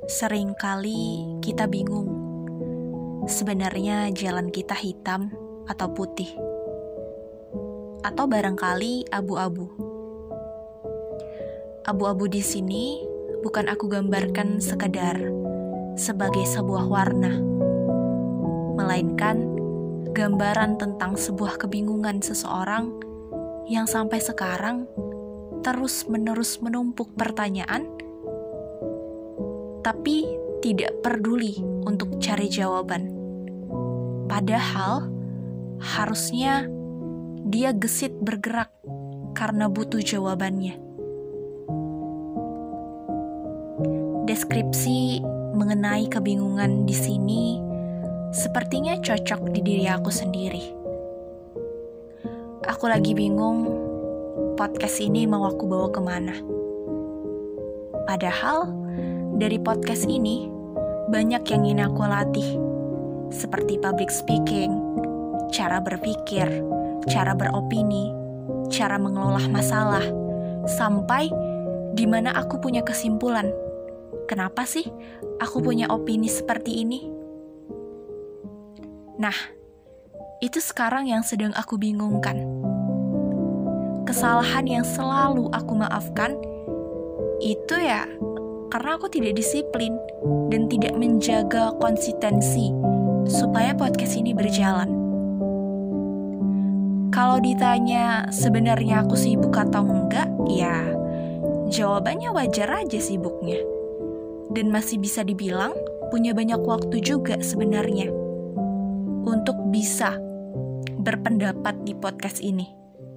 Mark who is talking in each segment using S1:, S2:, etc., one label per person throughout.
S1: Seringkali kita bingung, sebenarnya jalan kita hitam atau putih, atau barangkali abu-abu. Abu-abu di sini bukan aku gambarkan sekedar sebagai sebuah warna, melainkan gambaran tentang sebuah kebingungan seseorang yang sampai sekarang terus-menerus menumpuk pertanyaan, tapi tidak peduli untuk cari jawaban. Padahal harusnya dia gesit bergerak karena butuh jawabannya. Deskripsi mengenai kebingungan di sini sepertinya cocok di diri aku sendiri. Aku lagi bingung podcast ini mau aku bawa kemana. Padahal dari podcast ini banyak yang ingin aku latih, seperti public speaking, cara berpikir, cara beropini, cara mengelola masalah, sampai di mana aku punya kesimpulan. Kenapa sih aku punya opini seperti ini? Nah, itu sekarang yang sedang aku bingungkan. Kesalahan yang selalu aku maafkan itu ya karena aku tidak disiplin dan tidak menjaga konsistensi supaya podcast ini berjalan. Kalau ditanya sebenarnya aku sibuk atau enggak, ya jawabannya wajar aja sibuknya. Dan masih bisa dibilang punya banyak waktu juga sebenarnya untuk bisa berpendapat di podcast ini.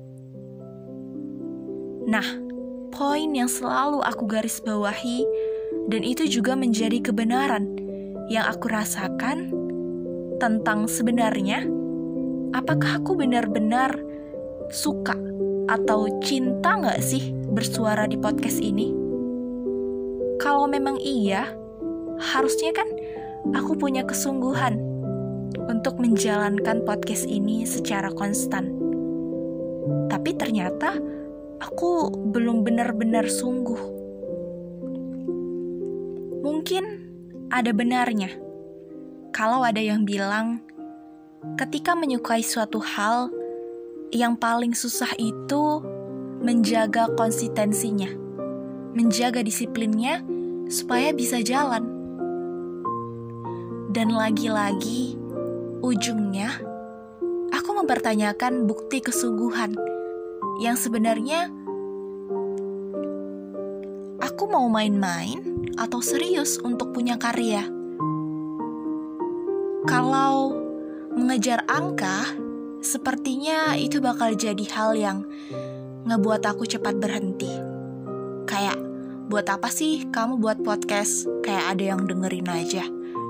S1: Nah, poin yang selalu aku garis bawahi, dan itu juga menjadi kebenaran yang aku rasakan tentang sebenarnya, apakah aku benar-benar suka atau cinta gak sih bersuara di podcast ini? Kalau memang iya, harusnya kan aku punya kesungguhan untuk menjalankan podcast ini secara konstan. Tapi ternyata aku belum benar-benar sungguh. Mungkin ada benarnya kalau ada yang bilang ketika menyukai suatu hal, yang paling susah itu menjaga konsistensinya, menjaga disiplinnya supaya bisa jalan. Dan lagi-lagi ujungnya aku mempertanyakan bukti kesungguhan yang sebenarnya aku mau main-main atau serius untuk punya karya. Kalau mengejar angka, sepertinya itu bakal jadi hal yang ngebuat aku cepat berhenti. Kayak, buat apa sih kamu buat podcast? Kayak ada yang dengerin aja.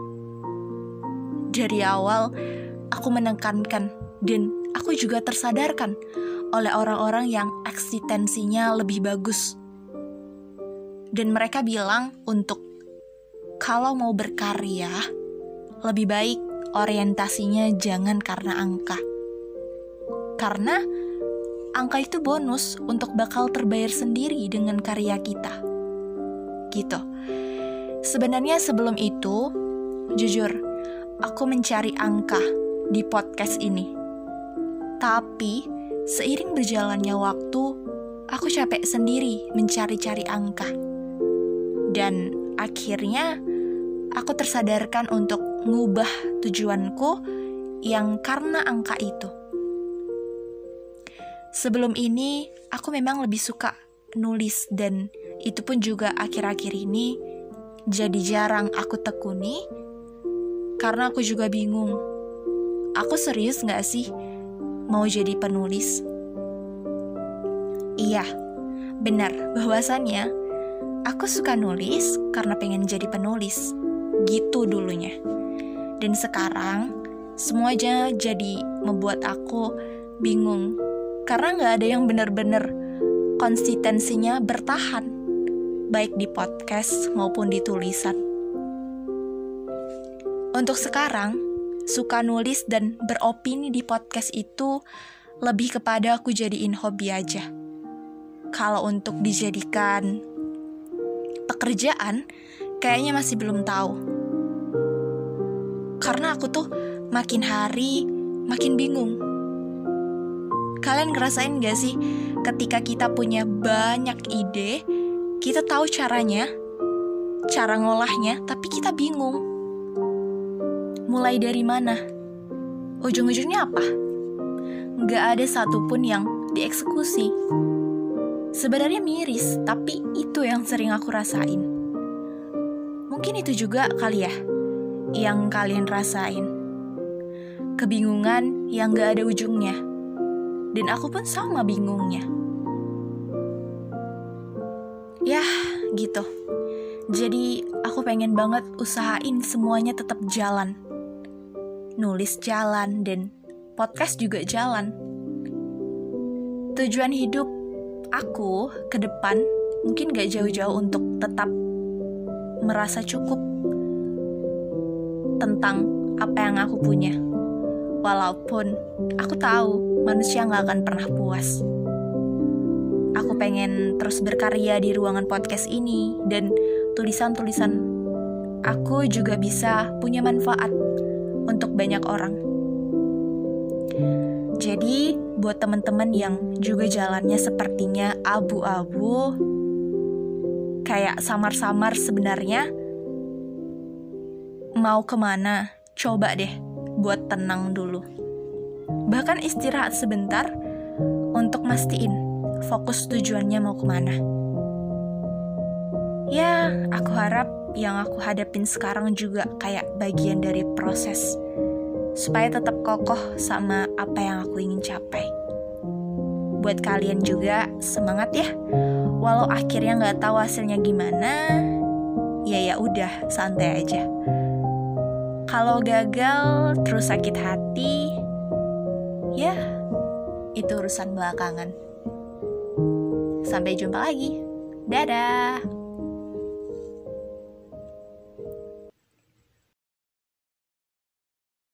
S1: Dari awal, aku menekankan dan aku juga tersadarkan oleh orang-orang yang eksistensinya lebih bagus. Dan mereka bilang untuk kalau mau berkarya, lebih baik orientasinya jangan karena angka. Karena angka itu bonus untuk bakal terbayar sendiri dengan karya kita. Gitu. Sebenarnya sebelum itu, jujur, aku mencari angka di podcast ini. Tapi seiring berjalannya waktu, aku capek sendiri mencari-cari angka. Dan akhirnya aku tersadarkan untuk ngubah tujuanku yang karena angka itu. Sebelum ini, aku memang lebih suka nulis dan itu pun juga akhir-akhir ini jadi jarang aku tekuni karena aku juga bingung. Aku serius gak sih mau jadi penulis? Iya, benar bahwasannya aku suka nulis karena pengen jadi penulis. Gitu dulunya. Dan sekarang, semuanya jadi membuat aku bingung. Karena gak ada yang benar-benar konsistensinya bertahan. Baik di podcast maupun di tulisan. Untuk sekarang, suka nulis dan beropini di podcast itu lebih kepada aku jadiin hobi aja. Kalau untuk dijadikan pekerjaan, kayaknya masih belum tahu. Karena aku tuh makin hari makin bingung. Kalian ngerasain gak sih ketika kita punya banyak ide, kita tahu caranya, cara ngolahnya, tapi kita bingung. Mulai dari mana? Ujung-ujungnya apa? Gak ada satupun yang dieksekusi. Sebenarnya miris, tapi itu yang sering aku rasain. Mungkin itu juga kali ya yang kalian rasain. Kebingungan yang gak ada ujungnya. Dan aku pun sama bingungnya. Yah, gitu. Jadi aku pengen banget usahain semuanya tetap jalan. Nulis jalan dan podcast juga jalan. Tujuan hidup aku ke depan mungkin gak jauh-jauh untuk tetap merasa cukup tentang apa yang aku punya. Walaupun aku tahu manusia gak akan pernah puas. Aku pengen terus berkarya di ruangan podcast ini, dan tulisan-tulisan aku juga bisa punya manfaat untuk banyak orang. Jadi buat teman-teman yang juga jalannya sepertinya abu-abu, kayak samar-samar sebenarnya, mau kemana? Coba deh buat tenang dulu. Bahkan istirahat sebentar untuk mastiin fokus tujuannya mau kemana. Ya, aku harap yang aku hadapin sekarang juga kayak bagian dari proses, supaya tetap kokoh sama apa yang aku ingin capai. Buat kalian juga semangat ya. Walau akhirnya nggak tahu hasilnya gimana, ya udah santai aja. Kalau gagal terus sakit hati, ya itu urusan belakangan. Sampai jumpa lagi. Dadah.